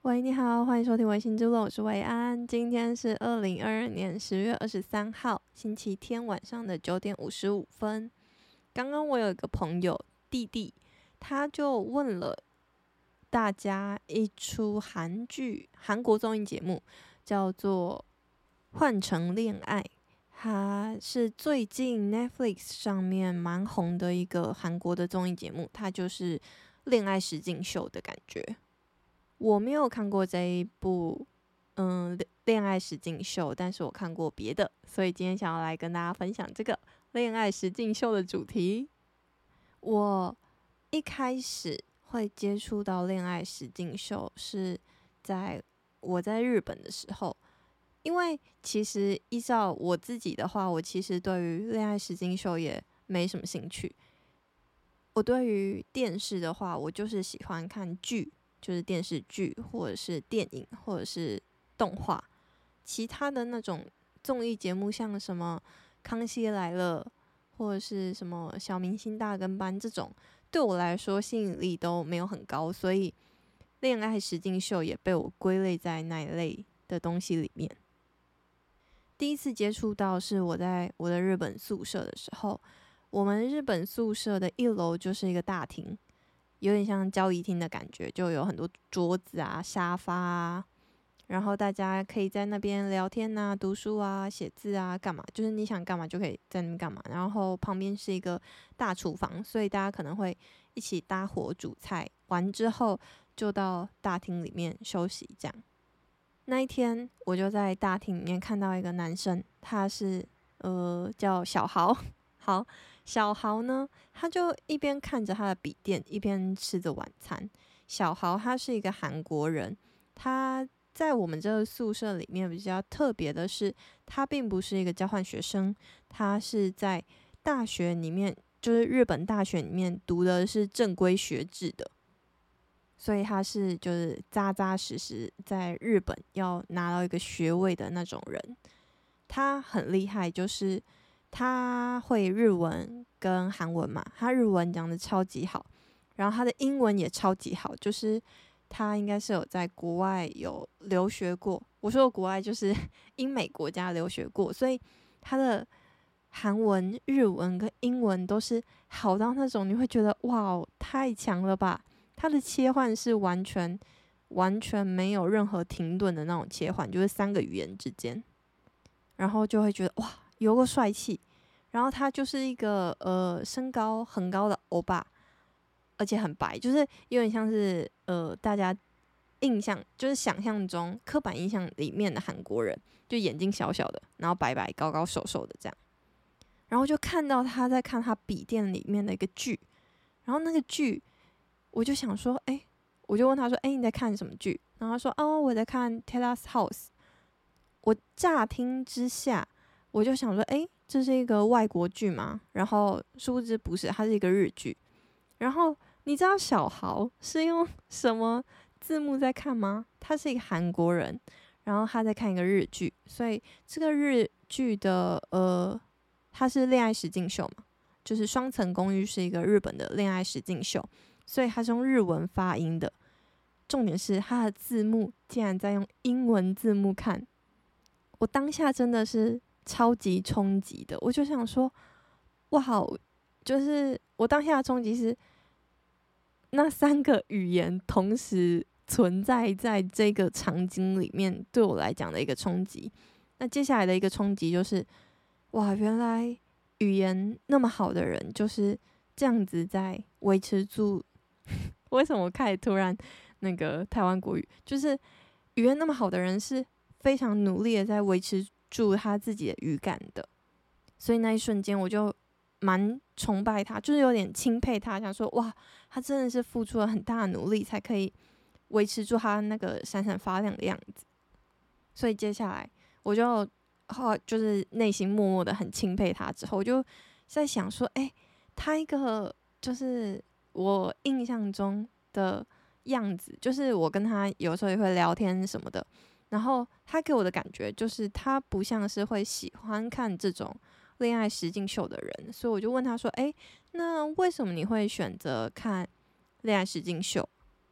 喂，你好，欢迎收听《微醺之论》，我是维安。今天是2022年10月23号，星期天晚上的9点55分。刚刚我有一个朋友弟弟，他就问了大家一出韩国综艺节目，叫做《换乘恋爱》。它是最近 Netflix 上面蛮红的一个韩国的综艺节目，它就是恋爱实境秀的感觉。我没有看过这一部恋爱实境秀，但是我看过别的，所以今天想要来跟大家分享这个恋爱实境秀的主题。我一开始会接触到恋爱实境秀是我在日本的时候，因为其实依照我自己的话，我其实对于恋爱实境秀也没什么兴趣。我对于电视的话，我就是喜欢看剧，就是电视剧或者是电影或者是动画。其他的那种综艺节目，像什么《康熙来了》或者是什么《小明星大跟班》这种，对我来说吸引力都没有很高，所以恋爱实境秀也被我归类在那一类的东西里面。第一次接触到是我在我的日本宿舍的时候，我们日本宿舍的1楼就是一个大厅，有点像交谊厅的感觉，就有很多桌子啊、沙发啊，然后大家可以在那边聊天啊、读书啊、写字啊、干嘛，就是你想干嘛就可以在那边干嘛。然后旁边是一个大厨房，所以大家可能会一起搭伙煮菜，完之后就到大厅里面休息这样。那一天我就在大厅里面看到一个男生，他是叫小豪。好，小豪呢，他就一边看着他的笔电，一边吃着晚餐。小豪他是一个韩国人，他在我们这个宿舍里面比较特别的是，他并不是一个交换学生，他是在大学里面，就是日本大学里面读的是正规学制的。所以他是就是扎扎实实在日本要拿到一个学位的那种人。他很厉害，就是他会日文跟韩文嘛，他日文讲的超级好，然后他的英文也超级好，就是他应该是有在国外有留学过。我说的国外就是英美国家留学过，所以他的韩文、日文跟英文都是好到那种你会觉得哇，太强了吧！它的切换是完全没有任何停顿的那种切换，就是3个语言之间，然后就会觉得哇，有个帅气。然后他就是一个身高很高的欧巴，而且很白，就是有点像是大家印象就是想象中刻板印象里面的韩国人，就眼睛小小的，然后白白高高瘦瘦的这样。然后就看到他在看他笔电里面的一个剧，然后那个剧我就想说，我就问他说，你在看什么剧？然后他说，哦，我在看《Terrace House》。我乍听之下，我就想说，这是一个外国剧吗？然后殊不知不是，它是一个日剧。然后你知道小豪是用什么字幕在看吗？他是一个韩国人，然后他在看一个日剧，所以这个日剧的它是恋爱实境秀嘛，就是双层公寓是一个日本的恋爱实境秀，所以它是用日文发音的。重点是它的字幕竟然在用英文字幕看，我当下真的是超级冲击的。我就想说，哇，就是我当下的冲击是那3个语言同时存在在这个场景里面，对我来讲的一个冲击。那接下来的一个冲击就是，哇，原来语言那么好的人就是这样子在维持住。为什么我开始突然那个台湾国语？就是语言那么好的人是非常努力的在维持住他自己的语感的，所以那一瞬间我就蛮崇拜他，就是有点钦佩他，想说哇，他真的是付出了很大的努力才可以维持住他那个闪闪发亮的样子。所以接下来我就是内心默默的很钦佩他，之后我就在想说，他一个就是我印象中的样子，就是我跟他有时候也会聊天什么的，然后他给我的感觉就是他不像是会喜欢看这种恋爱实境秀的人，所以我就问他说，那为什么你会选择看恋爱实境秀？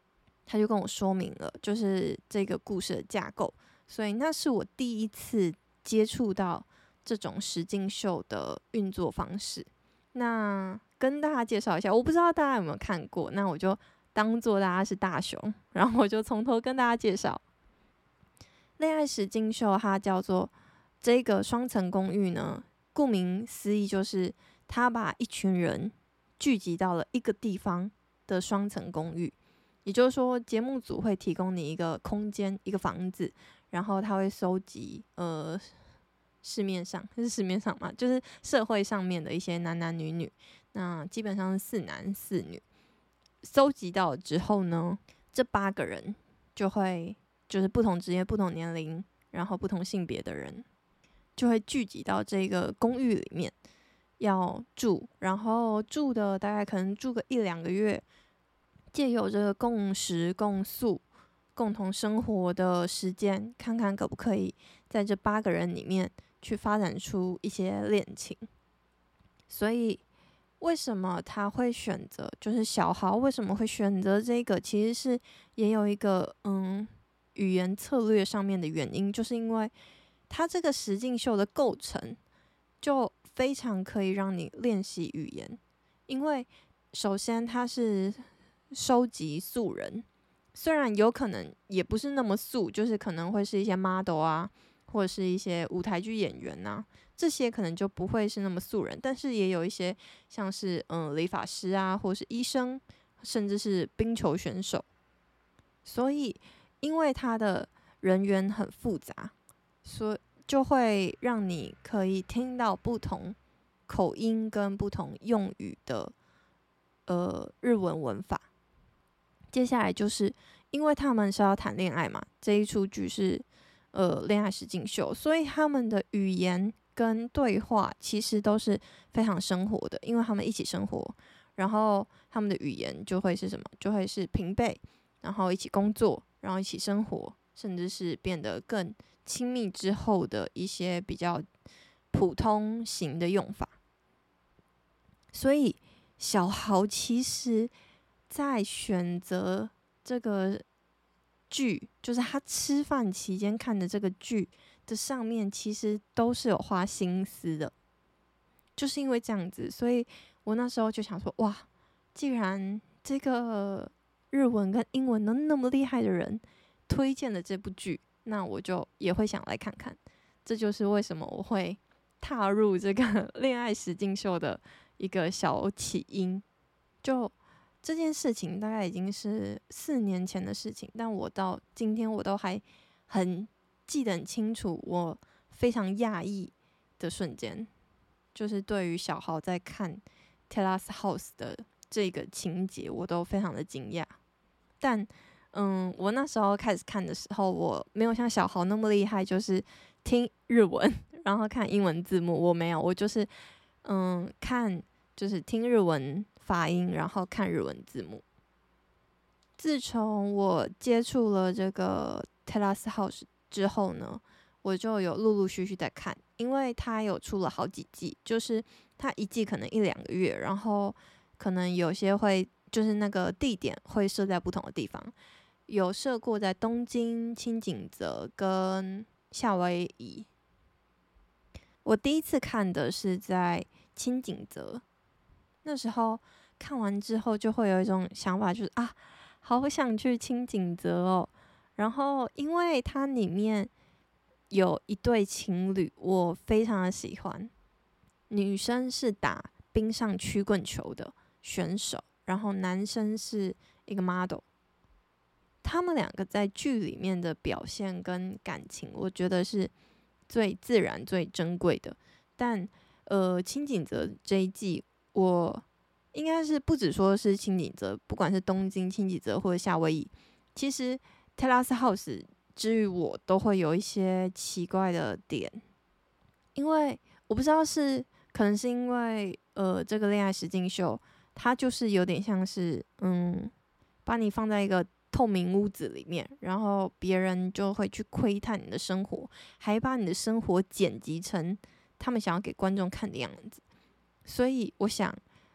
他就跟我说明了就是这个故事的架构，所以那是我第一次接触到这种实境秀的运作方式。那跟大家介绍一下，我不知道大家有没有看过，那我就当做大家是大雄，然后我就从头跟大家介绍。恋爱实境秀它叫做这个双层公寓呢，顾名思义就是他把一群人聚集到了一个地方的双层公寓，也就是说节目组会提供你一个空间一个房子，然后他会收集市面上嘛，就是社会上面的一些男男女女，那基本上是4男4女，收集到了之后呢，这8个人就会就是不同职业不同年龄然后不同性别的人就会聚集到这个公寓里面要住，然后住的大概可能住个1-2个月，借由这个共食共宿共同生活的时间，看看可不可以在这8个人里面去发展出一些恋情。所以为什么他会选择，就是小豪为什么会选择这个，其实是也有一个语言策略上面的原因，就是因为它这个实境秀的构成就非常可以让你练习语言。因为首先它是收集素人，虽然有可能也不是那么素，就是可能会是一些 model 啊，或者是一些舞台剧演员啊，这些可能就不会是那么素人，但是也有一些像是理发师啊，或是医生，甚至是冰球选手。所以因为他的人员很复杂，所以就会让你可以听到不同口音跟不同用语的日文文法。接下来就是因为他们是要谈恋爱嘛，这一出剧是恋爱实境秀，所以他们的语言跟对话其实都是非常生活的，因为他们一起生活，然后他们的语言就会是什么，就会是平辈，然后一起工作，然后一起生活，甚至是变得更亲密之后的一些比较普通型的用法。所以小豪其实在选择这个剧，就是他吃饭期间看的这个剧的上面，其实都是有花心思的。就是因为这样子，所以我那时候就想说，哇，既然这个日文跟英文能那么厉害的人推荐了这部剧，那我就也会想来看看。这就是为什么我会踏入这个恋爱实境秀的一个小起因。就这件事情大概已经是4年前的事情，但我到今天我都还很记得很清楚，我非常讶异的瞬间，就是对于小豪在看 Terrace House 的这个情节，我都非常的惊讶。但我那时候开始看的时候，我没有像小豪那么厉害，就是听日文然后看英文字幕，我没有，我就是看就是听日文发音，然后看日文字幕。自从我接触了这个 Terrace House 之后呢，我就有陆陆续续在看，因为它有出了好几季，就是它一季可能1-2个月，然后可能有些会就是那个地点会设在不同的地方，有设过在东京、轻井泽跟夏威夷。我第一次看的是在轻井泽，那时候看完之后就会有一种想法，就是好想去轻井泽哦。然后因为它里面有一对情侣，我非常的喜欢。女生是打冰上曲棍球的选手，然后男生是一个 model。他们2个在剧里面的表现跟感情，我觉得是最自然、最珍贵的。但轻井泽这一季，我应该是不只说是轻井泽，不管是东京、轻井泽或者夏威夷，其实 Terrace House 之于我都会有一些奇怪的点，因为我不知道可能是因为这个恋爱实境秀，它就是有点像是把你放在一个透明屋子里面，然后别人就会去窥探你的生活，还把你的生活剪辑成他们想要给观众看的样子。所以我想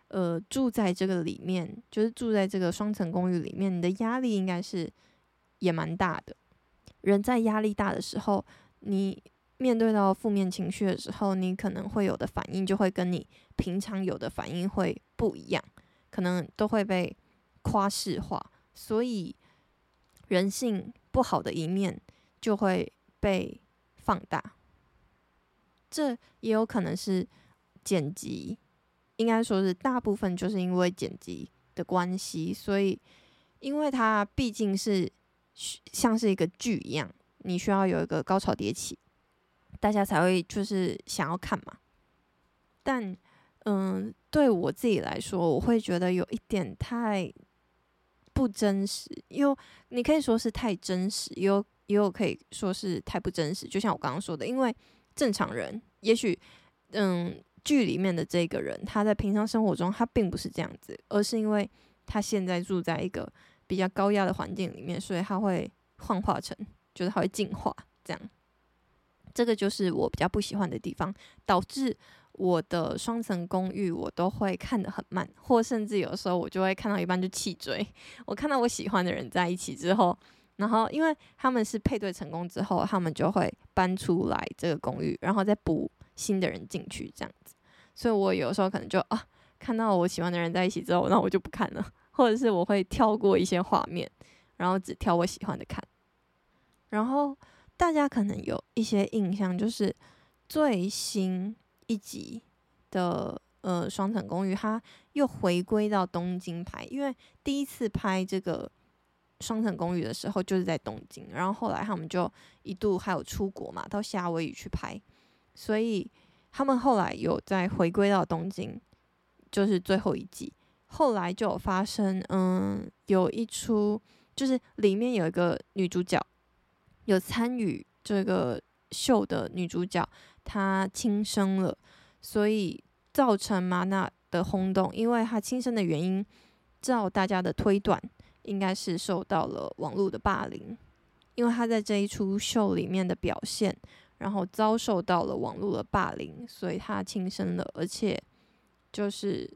住在这个里面，就是住在这个双层公寓里面，你的压力应该是也蛮大的。人在压力大的时候，你面对到负面情绪的时候，你可能会有的反应就会跟你平常有的反应会不一样，可能都会被夸饰化，所以人性不好的一面就会被放大。这也有可能是剪辑，应该说是大部分就是因为剪辑的关系，所以因为它毕竟是像是一个剧一样，你需要有一个高潮迭起，大家才会就是想要看嘛。但对我自己来说，我会觉得有一点太不真实，你可以说是太真实，也有可以说是太不真实。就像我刚刚说的，因为正常人也许剧里面的这个人，他在平常生活中他并不是这样子，而是因为他现在住在一个比较高压的环境里面，所以他会幻化成，就是他会进化这样。这个就是我比较不喜欢的地方，导致我的双层公寓我都会看得很慢，或甚至有时候我就会看到一半就弃追。我看到我喜欢的人在一起之后，然后因为他们是配对成功之后，他们就会搬出来这个公寓，然后再补新的人进去这样子。所以我有时候可能就看到我喜欢的人在一起之后，那我就不看了，或者是我会跳过一些画面，然后只挑我喜欢的看。然后大家可能有一些印象，就是最新一集的双层公寓，它又回归到东京拍，因为第一次拍这个双层公寓的时候就是在东京，然后后来他们就一度还有出国嘛，到夏威夷去拍，所以他们后来有再回归到东京，就是最后一季。后来就有发生，有一出就是里面有一个女主角有参与这个秀的女主角，她轻生了，所以造成玛娜的轰动。因为她轻生的原因，照大家的推断，应该是受到了网络的霸凌，因为她在这一出秀里面的表现，然后遭受到了网络的霸凌，所以她轻生了，而且就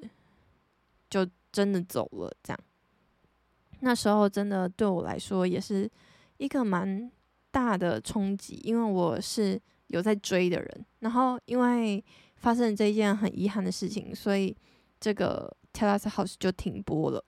真的走了这样。那时候真的对我来说也是一个蛮大的冲击，因为我是有在追的人，然后因为发生这一件很遗憾的事情，所以这个 Terrace House 就停播了。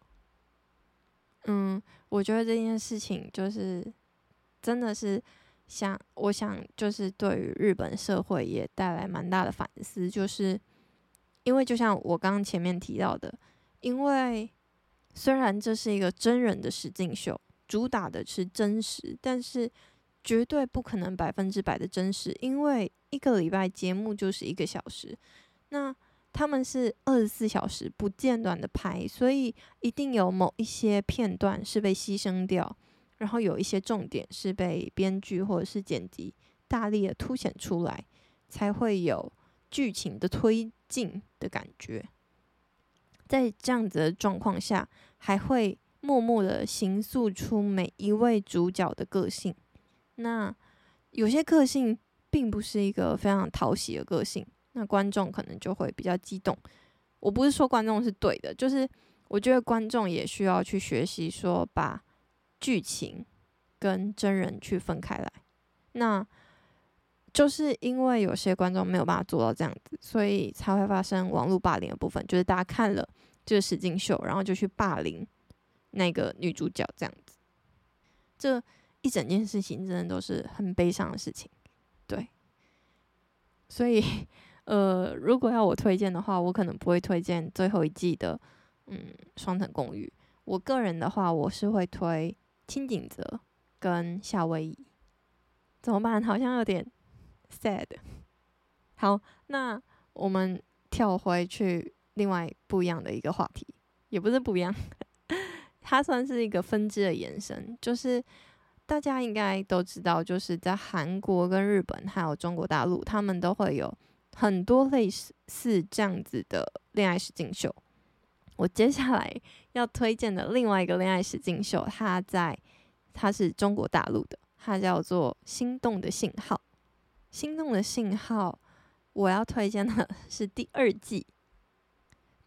我觉得这件事情就是真的是我想就是对于日本社会也带来蛮大的反思，就是因为就像我刚刚前面提到的，因为虽然这是一个真人的实境秀，主打的是真实，但是绝对不可能100%的真实，因为一个礼拜节目就是1个小时，那他们是24小时不间断的拍，所以一定有某一些片段是被牺牲掉，然后有一些重点是被编剧或者是剪辑大力的凸显出来，才会有剧情的推进的感觉。在这样子的状况下，还会默默的形塑出每一位主角的个性。那有些个性并不是一个非常讨喜的个性，那观众可能就会比较激动。我不是说观众是对的，就是我觉得观众也需要去学习说把剧情跟真人去分开来。那就是因为有些观众没有办法做到这样子，所以才会发生网络霸凌的部分，就是大家看了这个实境秀，然后就去霸凌那个女主角这样子。这一整件事情真的都是很悲伤的事情，对。所以如果要我推荐的话，我可能不会推荐最后一季的双层公寓。我个人的话，我是会推清景泽跟夏威夷。怎么办？好像有点 sad。好，那我们跳回去另外不一样的一个话题，也不是不一样，它算是一个分支的延伸，就是大家应该都知道，就是在韩国跟日本还有中国大陆，他们都会有很多类似这样子的恋爱实境秀。我接下来要推荐的另外一个恋爱实境秀，它是中国大陆的，它叫做《心动的信号》。《心动的信号》，我要推荐的是第2季。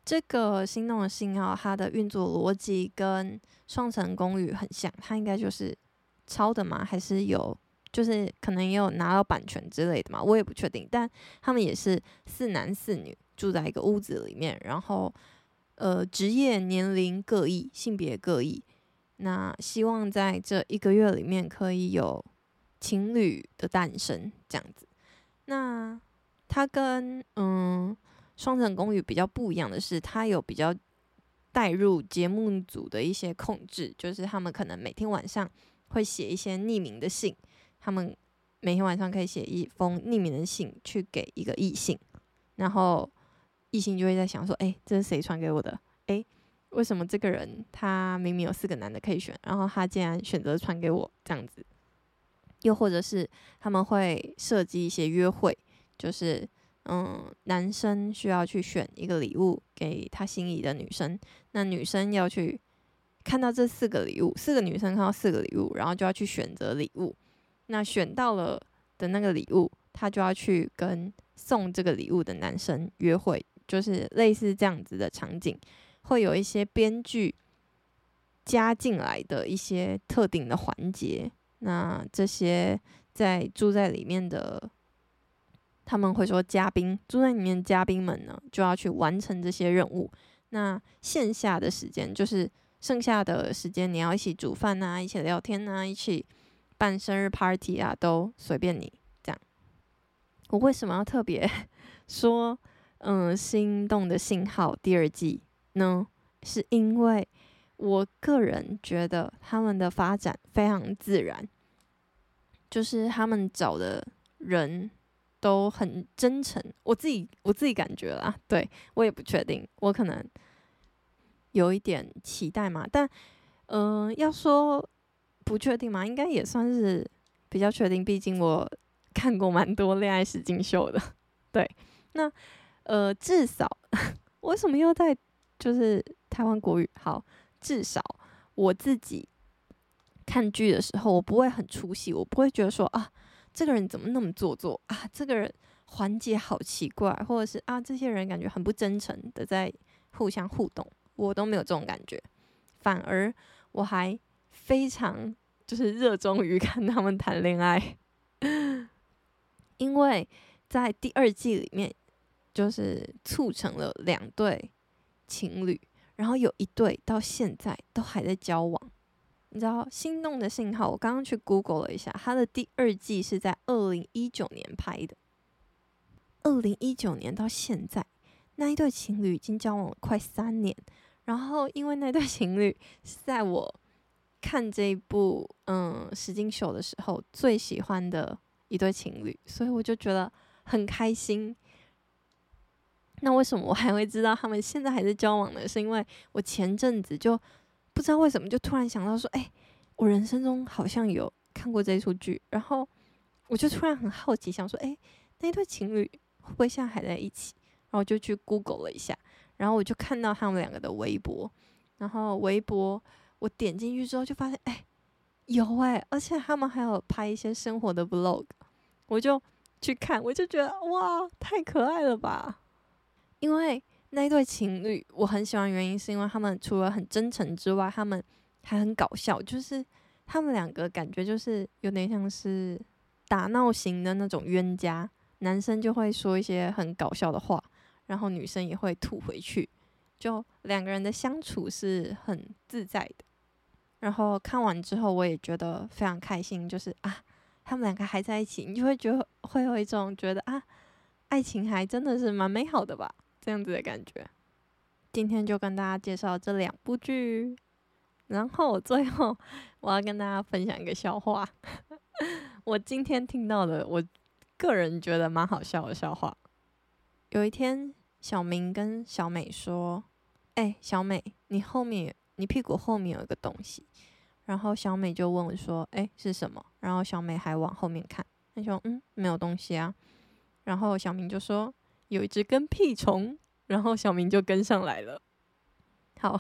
这个心动的信号，它的运作逻辑跟双层公寓很像，它应该就是抄的吗？还是有就是可能也有拿到版权之类的嘛？我也不确定。但他们也是4男4女住在一个屋子里面，然后职业、年龄各异，性别各异。那希望在这1个月里面可以有情侣的诞生，这样子。那它跟双层公寓比较不一样的是，它有比较带入节目组的一些控制，就是他们可能每天晚上会写一些匿名的信，他们每天晚上可以写一封匿名的信去给一个异性，然后异性就会在想说，这是谁传给我的？为什么这个人他明明有4个男的可以选，然后他竟然选择传给我这样子？又或者是他们会设计一些约会，就是男生需要去选一个礼物给他心仪的女生，那女生要去看到这4个礼物，4个女生看到4个礼物，然后就要去选择礼物。那选到了的那个礼物，他就要去跟送这个礼物的男生约会，就是类似这样子的场景。会有一些编剧加进来的一些特定的环节，那这些住在里面的，他们会说嘉宾住在里面的嘉宾们呢，就要去完成这些任务。那线下的时间就是剩下的时间，你要一起煮饭啊，一起聊天啊，一起办生日 party 啊，都随便你这样。我为什么要特别说心动的信号第2季呢？是因为我个人觉得他们的发展非常自然，就是他们找的人都很真诚，我自己感觉啦，对，我也不确定，我可能有一点期待嘛，但要说不确定嘛，应该也算是比较确定，毕竟我看过蛮多恋爱实境秀的，对，那至少为什么又在就是台湾国语？好，至少我自己看剧的时候，我不会很出戏，我不会觉得说啊，这个人怎么那么做作啊，这个人环节好奇怪，或者是啊，这些人感觉很不真诚的在互相互动，我都没有这种感觉，反而我还非常就是热衷于看他们谈恋爱，因为在第2季里面，就是促成了2对情侣，然后有1对到现在都还在交往。你知道《心动的信号》，我刚刚去 Google 了一下，它的第2季是在2019年拍的。2019年到现在，那一对情侣已经交往了快3年。然后，因为那对情侣是在我看这一部实境秀的时候最喜欢的一对情侣，所以我就觉得很开心。那为什么我还会知道他们现在还在交往呢？是因为我前阵子就不知道为什么就突然想到说，我人生中好像有看过这一出剧，然后我就突然很好奇，想说，那对情侣会不会现在还在一起？然后我就去 Google 了一下，然后我就看到他们2个的微博，然后微博我点进去之后就发现，有而且他们还有拍一些生活的 vlog， 我就去看，我就觉得哇，太可爱了吧！因为那一对情侣我很喜欢，原因是因为他们除了很真诚之外，他们还很搞笑，就是他们2个感觉就是有点像是打闹型的那种冤家，男生就会说一些很搞笑的话，然后女生也会吐回去，就2个人的相处是很自在的。然后看完之后我也觉得非常开心，就是他们2个还在一起，你就会觉得会有一种觉得爱情还真的是蛮美好的吧，这样子的感觉。今天就跟大家介绍这2部剧，然后最后我要跟大家分享一个笑话，我今天听到的，我个人觉得蛮好笑的笑话。有一天，小明跟小美说：“小美，你屁股后面有一个东西。”然后小美就问我说：“是什么？”然后小美还往后面看，她说：“没有东西啊。”然后小明就说：“有一只跟屁虫。”然后小明就跟上来了。好，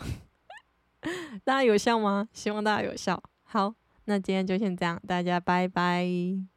大家有笑吗？希望大家有笑。好，那今天就先这样，大家拜拜。